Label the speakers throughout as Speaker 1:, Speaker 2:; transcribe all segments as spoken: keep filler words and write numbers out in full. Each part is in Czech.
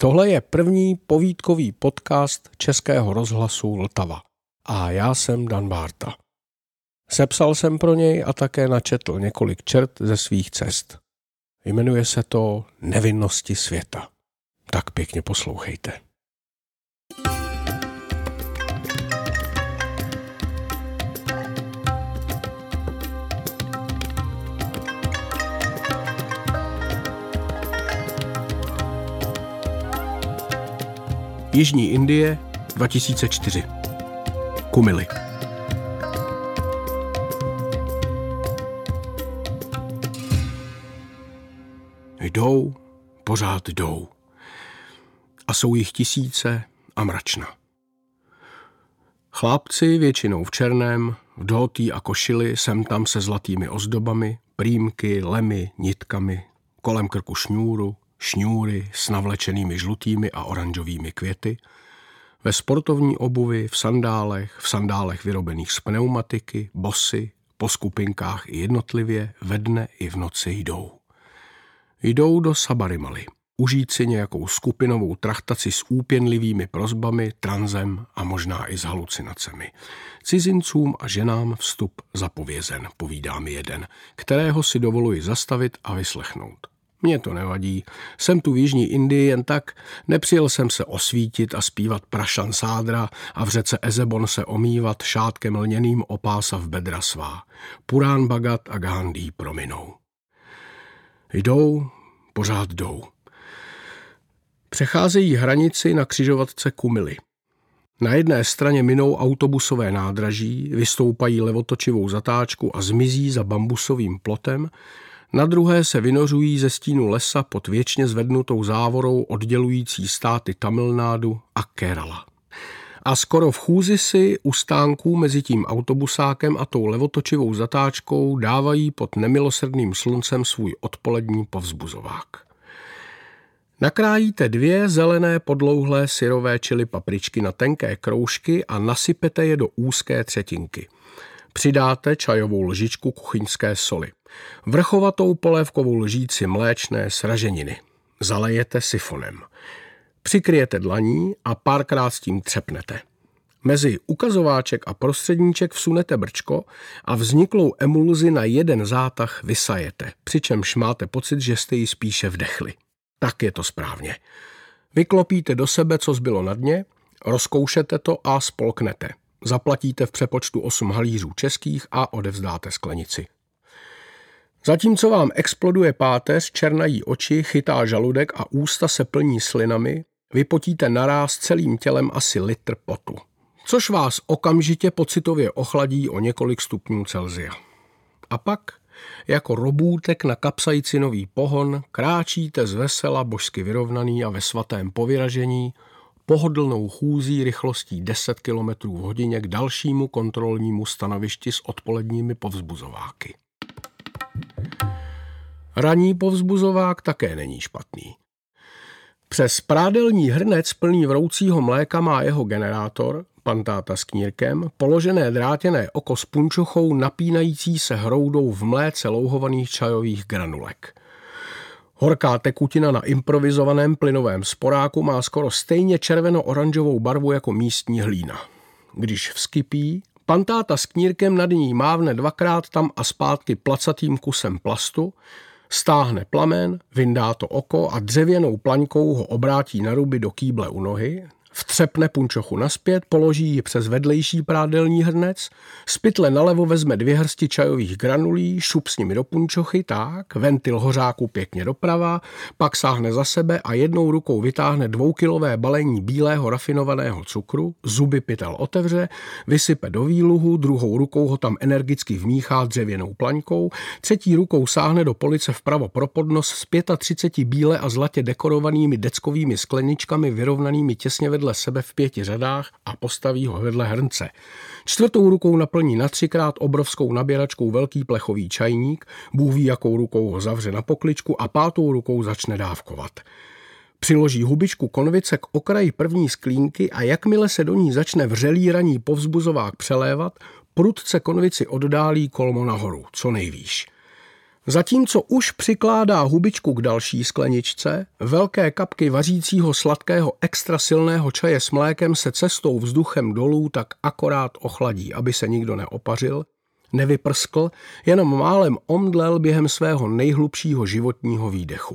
Speaker 1: Tohle je první povídkový podcast Českého rozhlasu Vltava a já jsem Dan Bárta. Sepsal jsem pro něj a také načetl několik čert ze svých cest. Jmenuje se to Nevinnosti světa. Tak pěkně poslouchejte. Jižní Indie, dva tisíce čtyři. Kumily. Jdou, pořád jdou. A jsou jich tisíce a mračna. Chlápci většinou v černém, v dhotí a košili, sem tam se zlatými ozdobami, prýmky, lemy, nitkami, kolem krku šňůru, šňůry s navlečenými žlutými a oranžovými květy, ve sportovní obuvi, v sandálech, v sandálech vyrobených z pneumatiky, bosy, po skupinkách i jednotlivě, ve dne i v noci jdou. Jdou do Sabarimaly, užít si nějakou skupinovou trachtaci s úpěnlivými prosbami, tranzem a možná i s halucinacemi. Cizincům a ženám vstup zapovězen, povídá mi jeden, kterého si dovoluji zastavit a vyslechnout. Mně to nevadí, jsem tu v Jižní Indii jen tak, nepřijel jsem se osvítit a zpívat Prašan Sádra a v řece Ezebon se omývat šátkem lněným o pása v bedra svá. Purán Bhagat a Gandhi prominou. Jdou, pořád jdou. Přecházejí hranici na křižovatce Kumily. Na jedné straně minou autobusové nádraží, vystoupají levotočivou zatáčku a zmizí za bambusovým plotem, na druhé se vynořují ze stínu lesa pod věčně zvednutou závorou oddělující státy Tamil Nádu a Kerala. A skoro v chůzi si u stánků mezi tím autobusákem a tou levotočivou zatáčkou dávají pod nemilosrdným sluncem svůj odpolední povzbuzovák. Nakrájíte dvě zelené podlouhlé syrové čili papričky na tenké kroužky a nasypete je do úzké třetinky. Přidáte čajovou lžičku kuchyňské soli. Vrchovatou polévkovou lžíci mléčné sraženiny. Zalejete sifonem. Přikryjete dlaní a párkrát s tím třepnete. Mezi ukazováček a prostředníček vsunete brčko a vzniklou emulzi na jeden zátah vysajete, přičemž máte pocit, že jste ji spíše vdechli. Tak je to správně. Vyklopíte do sebe, co zbylo na dně, rozkoušete to a spolknete. Zaplatíte v přepočtu osm halířů českých a odevzdáte sklenici. Zatímco vám exploduje páteř, černají oči, chytá žaludek a ústa se plní slinami, vypotíte naráz celým tělem asi litr potu, což vás okamžitě pocitově ochladí o několik stupňů Celsia. A pak, jako robůtek na kapsaicinový pohon, kráčíte zvesela božsky vyrovnaný a ve svatém povyražení pohodlnou chůzí rychlostí deset kilometrů v hodině k dalšímu kontrolnímu stanovišti s odpoledními povzbuzováky. Ranní povzbuzovák také není špatný. Přes prádelní hrnec plný vroucího mléka má jeho generátor, pan táta s knírkem, položené drátěné oko s punčochou napínající se hroudou v mléce louhovaných čajových granulek. Horká tekutina na improvizovaném plynovém sporáku má skoro stejně červeno-oranžovou barvu jako místní hlína. Když vzkypí, pan táta s knírkem nad ní mávne dvakrát tam a zpátky placatým kusem plastu, stáhne plamen, vyndá to oko a dřevěnou plaňkou ho obrátí na ruby do kýble u nohy, vtřepne punčochu naspět, položí ji přes vedlejší prádelní hrnec, z pytle nalevo vezme dvě hrsti čajových granulí, šup s nimi do punčochy, tak, ventil hořáku pěkně doprava, pak sáhne za sebe a jednou rukou vytáhne dvoukilové balení bílého rafinovaného cukru, zuby pytel otevře, vysype do výluhu, druhou rukou ho tam energicky vmíchá dřevěnou plaňkou, třetí rukou sáhne do police vpravo pro podnos s třiceti pěti bíle a zlatě dekorovanými deckovými skleničkami vyrovnanými těsně vedle sebe v pěti řadách a postaví ho vedle hrnce. Čtvrtou rukou naplní na třikrát obrovskou nabíračkou velký plechový čajník, Bůh ví, jakou rukou ho zavře na pokličku a pátou rukou začne dávkovat. Přiloží hubičku konvice k okraji první sklínky a jakmile se do ní začne vřelý raní povzbuzovák přelévat, prudce konvici oddálí kolmo nahoru, co nejvýš. Zatímco už přikládá hubičku k další skleničce, velké kapky vařícího sladkého extra silného čaje s mlékem se cestou vzduchem dolů tak akorát ochladí, aby se nikdo neopařil, nevyprskl, jenom málem omdlel během svého nejhlubšího životního výdechu.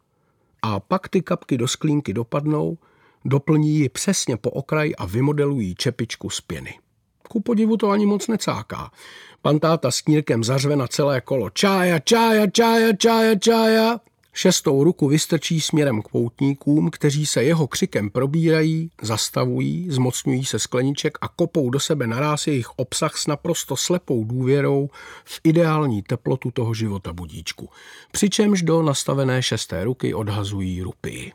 Speaker 1: A pak ty kapky do sklínky dopadnou, doplní ji přesně po okraj a vymodelují čepičku z pěny. Ku podivu to ani moc necáká. Pan táta s knírkem zařve na celé kolo. Čája, čája, čája, čája, čája. Šestou ruku vystrčí směrem k poutníkům, kteří se jeho křikem probírají, zastavují, zmocňují se skleniček a kopou do sebe naráz jejich obsah s naprosto slepou důvěrou v ideální teplotu toho života budíčku. Přičemž do nastavené šesté ruky odhazují rupii.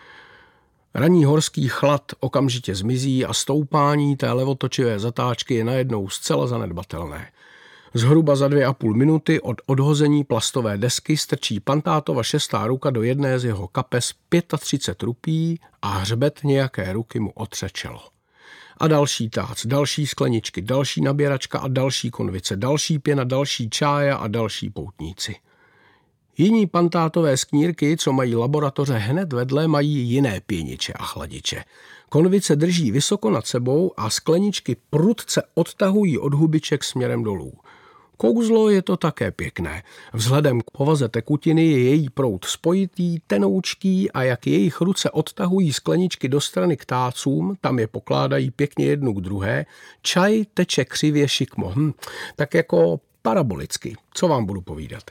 Speaker 1: Ranní horský chlad okamžitě zmizí a stoupání té levotočivé zatáčky je najednou zcela zanedbatelné. Zhruba za dvě a půl minuty od odhození plastové desky strčí pantátova šestá ruka do jedné z jeho kapes třicet pět rupí a hřbet nějaké ruky mu otře čelo. A další tác, další skleničky, další naběračka a další konvice, další pěna, další čája a další poutníci. Jiní pantátové sknírky, co mají laboratoře hned vedle, mají jiné pěniče a chladiče. Konvice drží vysoko nad sebou a skleničky prudce odtahují od hubiček směrem dolů. Kouzlo je to také pěkné. Vzhledem k povaze tekutiny je její proud spojitý, tenoučký a jak jejich ruce odtahují skleničky do strany k tácům, tam je pokládají pěkně jednu k druhé, čaj teče křivě šikmo. Hm, tak jako parabolicky. Co vám budu povídat?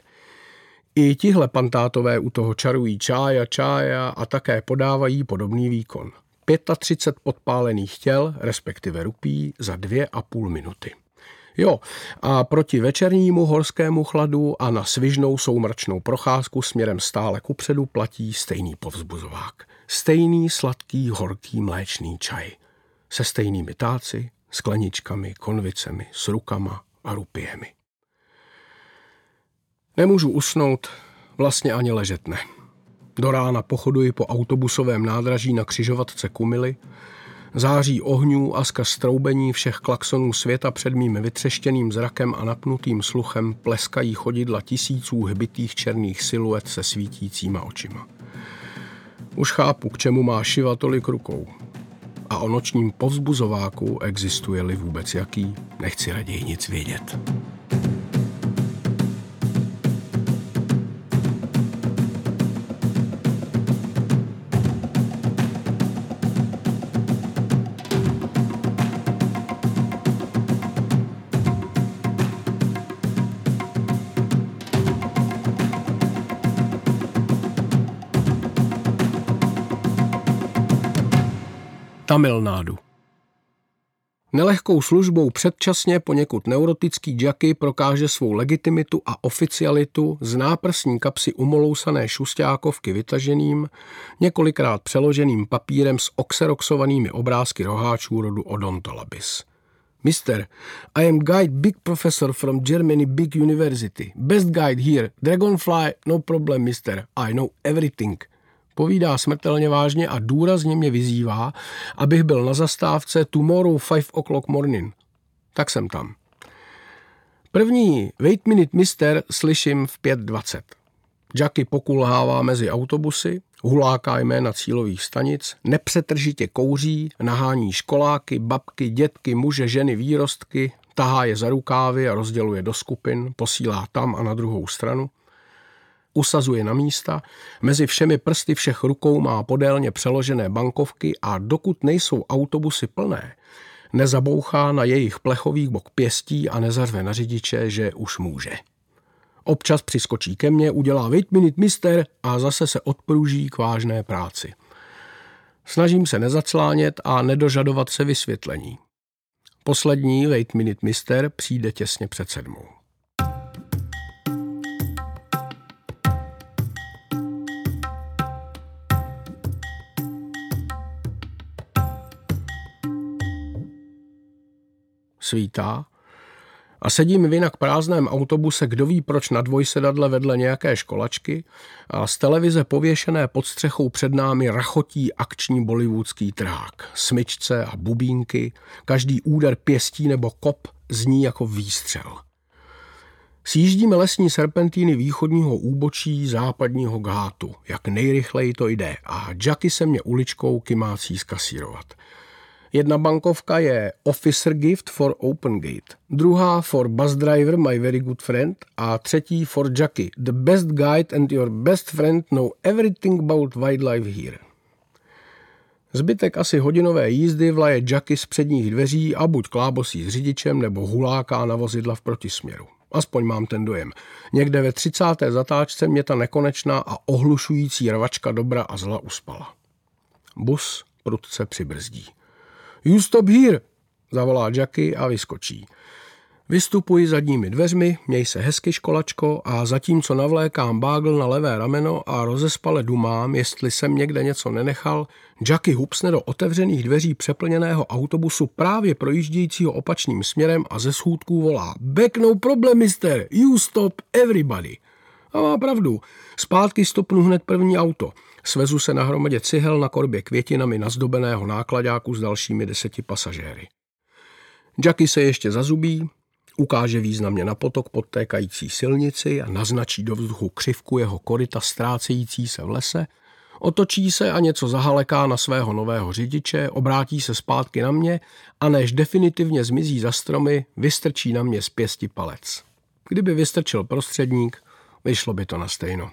Speaker 1: I tihle pantátové u toho čarují čája, čája a také podávají podobný výkon. třicet pět podpálených těl, respektive rupí, za dvě a půl minuty. Jo, a proti večernímu horskému chladu a na svižnou soumračnou procházku směrem stále kupředu platí stejný povzbuzovák. Stejný sladký, horký mléčný čaj. Se stejnými táci, skleničkami, konvicemi, s rukama a rupiemi. Nemůžu usnout, vlastně ani ležet ne. Do rána pochoduji po autobusovém nádraží na křižovatce Kumily. Září ohňů a skrz troubení všech klaxonů světa před mým vytřeštěným zrakem a napnutým sluchem pleskají chodidla tisíců hbitých černých siluet se svítícíma očima. Už chápu, k čemu má Šiva tolik rukou. A o nočním povzbuzováku, existuje-li vůbec jaký, nechci raději nic vědět. Tamil Nádu. Nelehkou službou předčasně poněkud neurotický Jackie prokáže svou legitimitu a oficialitu z náprsní kapsy umolousané šusťákovky vytaženým, několikrát přeloženým papírem s oxeroxovanými obrázky roháčů rodu Odontolabis. Mister, I am guide big professor from Germany big university. Best guide here. Dragonfly, no problem, mister. I know everything. Povídá smrtelně vážně a důrazně mě vyzývá, abych byl na zastávce tomorrow five o'clock morning. Tak jsem tam. První wait minute mister slyším v pět dvacet. Jackie pokulhává mezi autobusy, huláká jména cílových stanic, nepřetržitě kouří, nahání školáky, babky, dětky, muže, ženy, výrostky, tahá je za rukávy a rozděluje do skupin, posílá tam a na druhou stranu. Usazuje na místa, mezi všemi prsty všech rukou má podélně přeložené bankovky a dokud nejsou autobusy plné, nezabouchá na jejich plechový bok pěstí a nezařve na řidiče, že už může. Občas přiskočí ke mně, udělá wait minute mister a zase se odpruží k vážné práci. Snažím se nezaclánět a nedožadovat se vysvětlení. Poslední wait minute mister přijde těsně před sedmou. Svítá a sedím v jinak prázdném autobuse, kdo ví proč na dvojsedadle vedle nějaké školačky a z televize pověšené pod střechou před námi rachotí akční bollywoodský trhák. Smyčce a bubínky, každý úder pěstí nebo kop zní jako výstřel. Sjíždíme lesní serpentíny východního úbočí západního Ghátu, jak nejrychleji to jde, a Jackie se mě uličkou kymácí zkasírovat. Jedna bankovka je Officer Gift for Open Gate, druhá for Bus Driver, my very good friend, a třetí for Jackie, the best guide and your best friend know everything about wildlife here. Zbytek asi hodinové jízdy vlaje Jackie z předních dveří a buď klábosí s řidičem nebo huláká na vozidla v protisměru. Aspoň mám ten dojem. Někde ve třicáté zatáčce mě ta nekonečná a ohlušující rvačka dobra a zla uspala. Bus prudce přibrzdí. You stop here, zavolá Jackie a vyskočí. Vystupuji zadními dveřmi, měj se hezky, školačko, a zatímco navlékám bágl na levé rameno a rozespale dumám, jestli jsem někde něco nenechal, Jackie hupsne do otevřených dveří přeplněného autobusu právě projíždějícího opačným směrem a ze schůdků volá Back no problem, mister, you stop everybody. A má pravdu, zpátky stopnu hned první auto. Svezu se na hromadě cihel na korbě květinami nazdobeného nákladáku s dalšími deseti pasažéry. Jackie se ještě zazubí, ukáže významně na potok podtékající silnici a naznačí do vzduchu křivku jeho koryta ztrácející se v lese, otočí se a něco zahaleká na svého nového řidiče, obrátí se zpátky na mě a než definitivně zmizí za stromy, vystrčí na mě z pěsti palec. Kdyby vystrčil prostředník, vyšlo by to na stejno.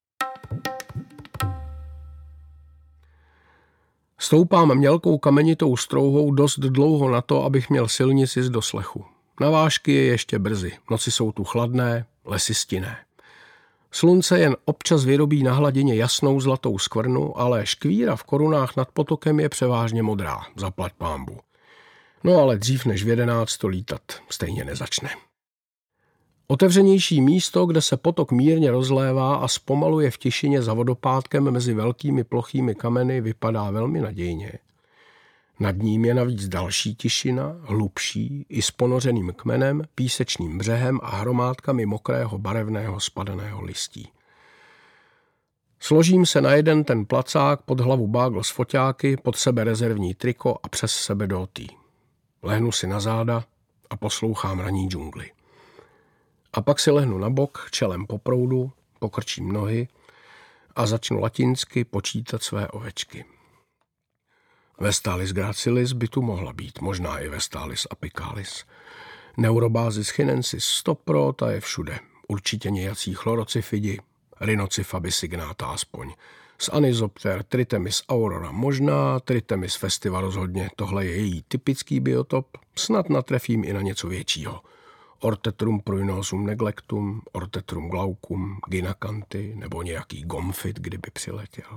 Speaker 1: Stoupám mělkou kamenitou strouhou dost dlouho na to, abych měl silnici z doslechu. Na vážky je ještě brzy, noci jsou tu chladné, lesy stinné. Slunce jen občas vyrobí na hladině jasnou zlatou skvrnu, ale škvíra v korunách nad potokem je převážně modrá, zaplať pánbu. No ale dřív než v jedenáct to lítat stejně nezačne. Otevřenější místo, kde se potok mírně rozlévá a zpomaluje v tišině za vodopádkem mezi velkými plochými kameny, vypadá velmi nadějně. Nad ním je navíc další tišina, hlubší, i s ponořeným kmenem, písečným břehem a hromádkami mokrého barevného spadaného listí. Složím se na jeden ten placák, pod hlavu bágl s foťáky, pod sebe rezervní triko a přes sebe dótý. Lehnu si na záda a poslouchám ranní džungli. A pak si lehnu na bok, čelem po proudu, pokrčím nohy a začnu latinsky počítat své ovečky. Vestalis gracilis by tu mohla být, možná i Vestalis apicalis. Neurobasis chinensis stopro, ta je všude. Určitě nějací chlorocifidi, Rhinocypha bisignata aspoň. Z Anisopter Tritemis aurora možná, Tritemis festiva rozhodně, tohle je její typický biotop, snad natrefím i na něco většího. Ortetrum pruinosum neglectum, Ortetrum glaucum, Gynacanty nebo nějaký gomfit, kdyby přiletěl.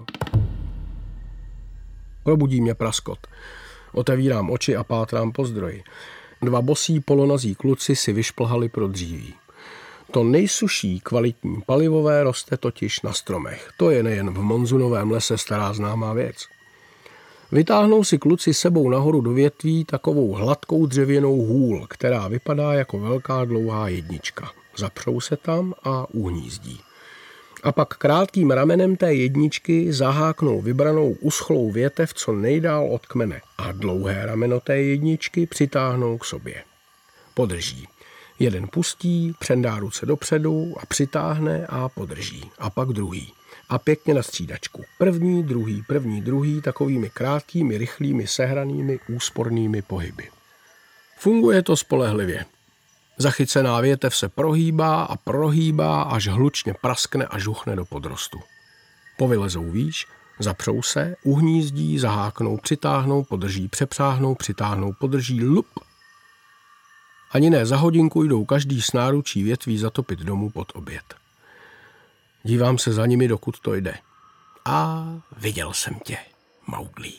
Speaker 1: Probudí mě praskot. Otevírám oči a pátrám po zdroji. Dva bosí polonazí kluci si vyšplhali pro dříví. To nejsuší kvalitní palivové roste totiž na stromech. To je nejen v monzunovém lese stará známá věc. Vytáhnou si kluci sebou nahoru do větví takovou hladkou dřevěnou hůl, která vypadá jako velká dlouhá jednička. Zapřou se tam a uhnízdí. A pak krátkým ramenem té jedničky zaháknou vybranou uschlou větev co nejdál od kmene a dlouhé rameno té jedničky přitáhnou k sobě. Podrží. Jeden pustí, přendá ruce dopředu a přitáhne a podrží. A pak druhý. A pěkně na střídačku. První, druhý, první, druhý, takovými krátkými, rychlými, sehranými, úspornými pohyby. Funguje to spolehlivě. Zachycená větev se prohýbá a prohýbá, až hlučně praskne a žuchne do podrostu. Povylezou výš, zapřou se, uhnízdí, zaháknou, přitáhnou, podrží, přepřáhnou, přitáhnou, podrží, lup. Ani ne za hodinku jdou každý s náručí větví zatopit domů pod oběd. Dívám se za nimi, dokud to jde. A viděl jsem tě, Mowgli.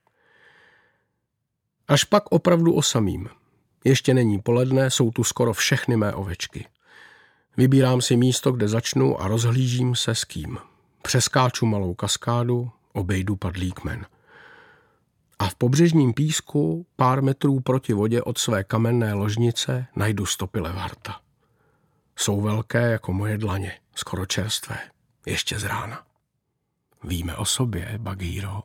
Speaker 1: Až pak opravdu osamím. Ještě není poledne, jsou tu skoro všechny mé ovečky. Vybírám si místo, kde začnu a rozhlížím se s kým. Přeskáču malou kaskádu, obejdu padlý kmen. A v pobřežním písku, pár metrů proti vodě od své kamenné ložnice, najdu stopy levharta. Jsou velké jako moje dlaně, skoro čerstvé, ještě z rána. Víme o sobě, Bagheero.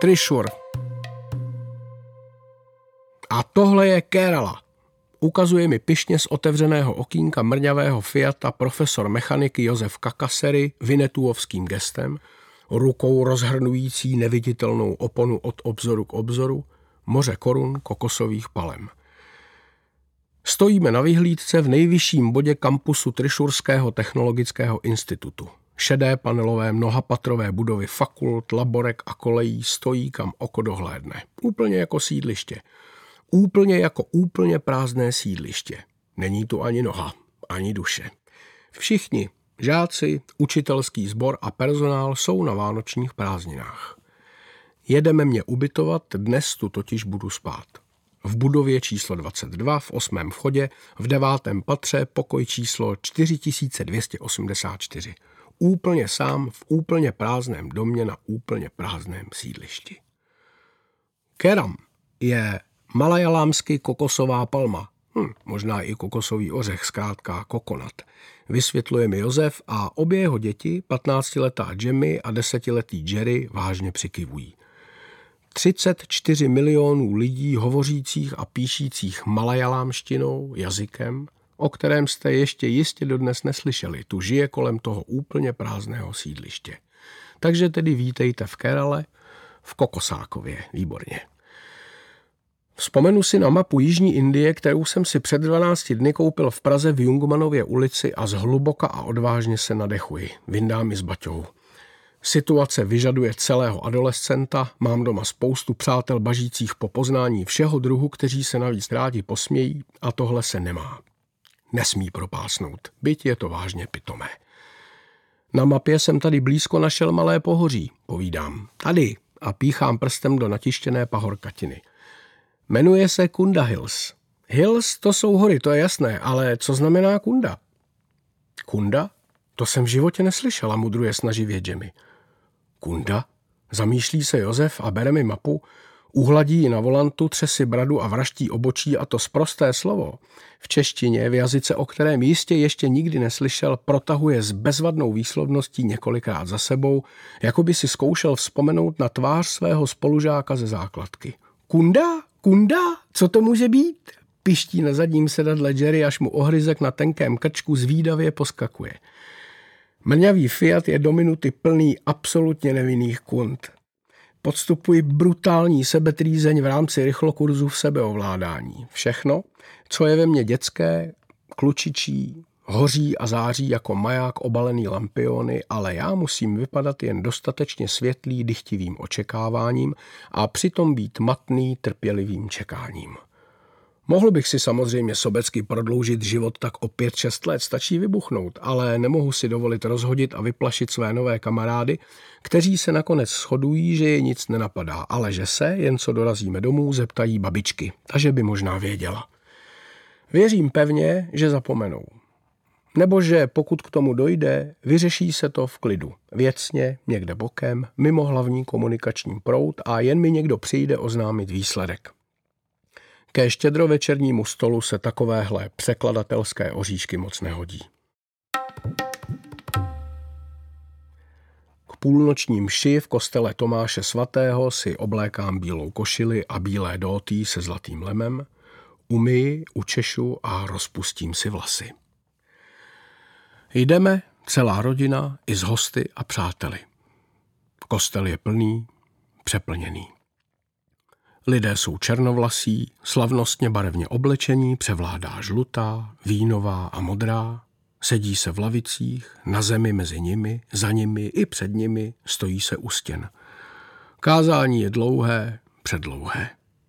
Speaker 1: Trishur. A tohle je Kerala. Ukazuje mi pyšně z otevřeného okýnka mrňavého Fiata profesor mechaniky Josef Kakasery vinetuovským gestem, rukou rozhrnující neviditelnou oponu od obzoru k obzoru, moře korun kokosových palem. Stojíme na vyhlídce v nejvyšším bodě kampusu Trishurského technologického institutu. Šedé panelové mnohapatrové budovy fakult, laborek a kolejí stojí, kam oko dohlédne. Úplně jako sídliště. Úplně jako úplně prázdné sídliště. Není tu ani noha, ani duše. Všichni, žáci, učitelský sbor a personál jsou na vánočních prázdninách. Jedeme mě ubytovat, dnes tu totiž budu spát. V budově číslo dvacet dva, v osmém vchodě, v devátém patře, pokoj číslo čtyři tisíce dvě stě osmdesát čtyři. Úplně sám v úplně prázdném domě na úplně prázdném sídlišti. Keram je malajalámsky kokosová palma, hm, možná i kokosový ořech, zkrátka kokonat. Vysvětluje mi Josef a obě jeho děti, patnáctiletá Jamie a desetiletý Jerry, vážně přikyvují. třicet čtyři milionů lidí hovořících a píšících malajalámštinou, jazykem, o kterém jste ještě jistě dodnes neslyšeli, tu žije kolem toho úplně prázdného sídliště. Takže tedy vítejte v Kerale, v Kokosákově, výborně. Vzpomenu si na mapu Jižní Indie, kterou jsem si před dvanácti dny koupil v Praze v Jungmanově ulici a zhluboka a odvážně se nadechuji. Vyndám ji s baťou. Situace vyžaduje celého adolescenta, mám doma spoustu přátel bažících po poznání všeho druhu, kteří se navíc rádi posmějí a tohle se nemá. Nesmí propásnout, byť je to vážně pitomé. Na mapě jsem tady blízko našel malé pohoří, povídám. Tady a píchám prstem do natištěné pahorkatiny. Jmenuje se Kunda Hills. Hills to jsou hory, to je jasné, ale co znamená Kunda? Kunda? To jsem v životě neslyšela, mudruje snaživě Jamie. Kunda? Zamýšlí se Josef a bere mi mapu, uhladí ji na volantu, tře si bradu a vraští obočí a to sprosté slovo. V češtině, v jazyce, o kterém jistě ještě nikdy neslyšel, protahuje s bezvadnou výslovností několikrát za sebou, jako by si zkoušel vzpomenout na tvář svého spolužáka ze základky. Kunda? Kunda? Co to může být? Piští na zadním sedadle Jerry, až mu ohryzek na tenkém krčku zvídavě poskakuje. Mrňavý Fiat je do minuty plný absolutně nevinných kund. Podstupuji brutální sebetrýzeň v rámci rychlokurzu v sebeovládání. Všechno, co je ve mně dětské, klučičí, hoří a září jako maják obalený lampiony, ale já musím vypadat jen dostatečně světlý dychtivým očekáváním a přitom být matný trpělivým čekáním. Mohl bych si samozřejmě sobecky prodloužit život tak o pět šest let, stačí vybuchnout, ale nemohu si dovolit rozhodit a vyplašit své nové kamarády, kteří se nakonec shodují, že je nic nenapadá, ale že se, jen co dorazíme domů, zeptají babičky, a že by možná věděla. Věřím pevně, že zapomenou. Nebo že pokud k tomu dojde, vyřeší se to v klidu, věcně, někde bokem, mimo hlavní komunikační proud a jen mi někdo přijde oznámit výsledek. Ke štědrovečernímu stolu se takovéhle překladatelské oříšky moc nehodí. K půlnoční mši v kostele Tomáše svatého si oblékám bílou košili a bílé dóty se zlatým lemem, umyji, učešu a rozpustím si vlasy. Jdeme, celá rodina, i s hosty a přáteli. Kostel je plný, přeplněný. Lidé jsou černovlasí, slavnostně barevně oblečení, převládá žlutá, vínová a modrá, sedí se v lavicích, na zemi mezi nimi, za nimi i před nimi, stojí se u stěn. Kázání je dlouhé, předlouhé.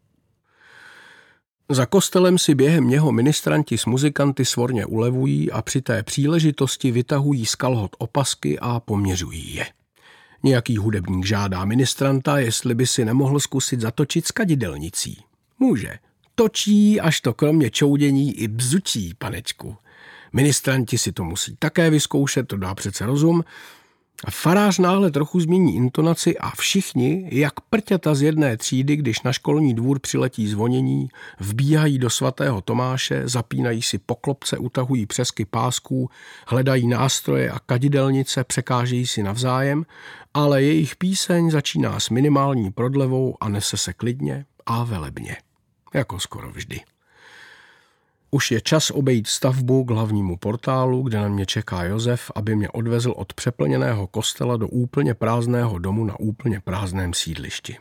Speaker 1: Za kostelem si během něho ministranti s muzikanty svorně ulevují a při té příležitosti vytahují z kalhot opasky a poměřují je. Nějaký hudebník žádá ministranta, jestli by si nemohl zkusit zatočit s kadidelnicí. Může. Točí, až to kromě čoudění i bzučí, panečku. Ministranti si to musí také vyzkoušet, to dá přece rozum. A farář náhle trochu změní intonaci a všichni, jak prťata z jedné třídy, když na školní dvůr přiletí zvonění, vbíhají do svatého Tomáše, zapínají si poklopce, utahují přesky pásků, hledají nástroje a kadidelnice, překážejí si navzájem, ale jejich píseň začíná s minimální prodlevou a nese se klidně a velebně, jako skoro vždy. Už je čas obejít stavbu k hlavnímu portálu, kde na mě čeká Josef, aby mě odvezl od přeplněného kostela do úplně prázdného domu na úplně prázdném sídlišti.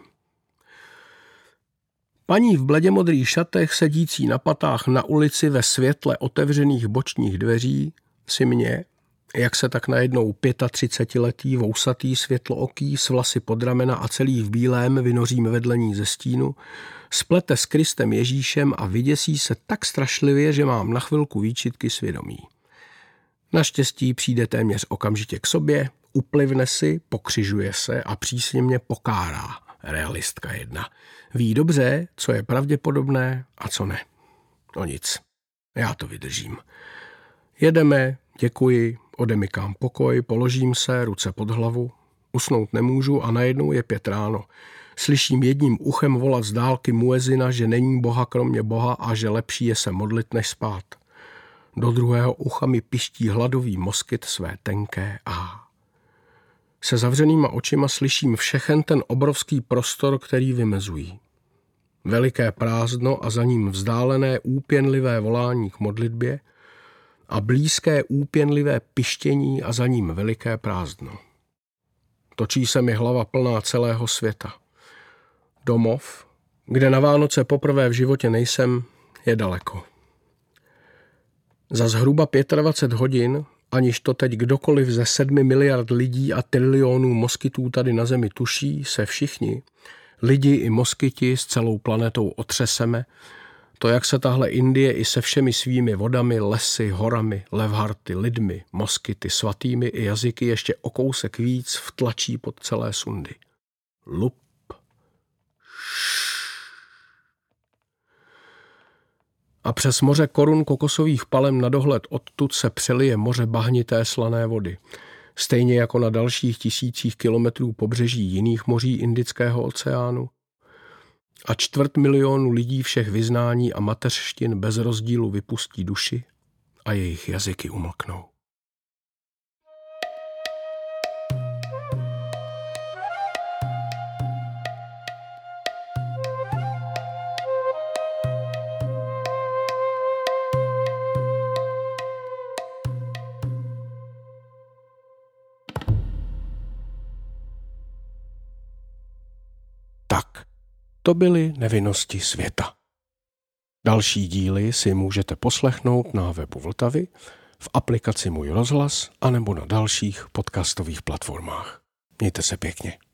Speaker 1: Paní v bledě modrých šatech, sedící na patách na ulici ve světle otevřených bočních dveří, si mě, jak se tak najednou pětatřicetiletý vousatý světlooký s vlasy pod ramena a celý v bílém vynořím vedle ní ze stínu, splete s Kristem Ježíšem a vyděsí se tak strašlivě, že mám na chvilku výčitky svědomí. Naštěstí přijde téměř okamžitě k sobě, uplivne si, pokřižuje se a přísně mě pokárá. Realistka jedna. Ví dobře, co je pravděpodobné a co ne. No nic, já to vydržím. Jedeme, děkuji, odemykám pokoj, položím se, ruce pod hlavu. Usnout nemůžu a najednou je pět ráno. Slyším jedním uchem volat z dálky muezina, že není Boha kromě Boha a že lepší je se modlit, než spát. Do druhého ucha mi piští hladový moskyt své tenké a. Se zavřenýma očima slyším všechen ten obrovský prostor, který vymezují. Veliké prázdno a za ním vzdálené úpěnlivé volání k modlitbě a blízké úpěnlivé pištění a za ním veliké prázdno. Točí se mi hlava plná celého světa. Domov, kde na Vánoce poprvé v životě nejsem, je daleko. Za zhruba dvacet pět hodin, aniž to teď kdokoliv ze sedmi miliard lidí a trilionů moskytů tady na zemi tuší, se všichni, lidi i moskyti s celou planetou otřeseme, to, jak se tahle Indie i se všemi svými vodami, lesy, horami, levharty, lidmi, moskyty, svatými i jazyky ještě o kousek víc vtlačí pod celé sundy. Lup. A přes moře korun kokosových palem na dohled odtud se přelije moře bahnité slané vody. Stejně jako na dalších tisících kilometrů pobřeží jiných moří Indického oceánu. A čtvrt milionu lidí všech vyznání a mateřštin bez rozdílu vypustí duši a jejich jazyky umlknou. Tak, to byly Nevinnosti světa. Další díly si můžete poslechnout na webu Vltavy, v aplikaci Můj rozhlas anebo na dalších podcastových platformách. Mějte se pěkně.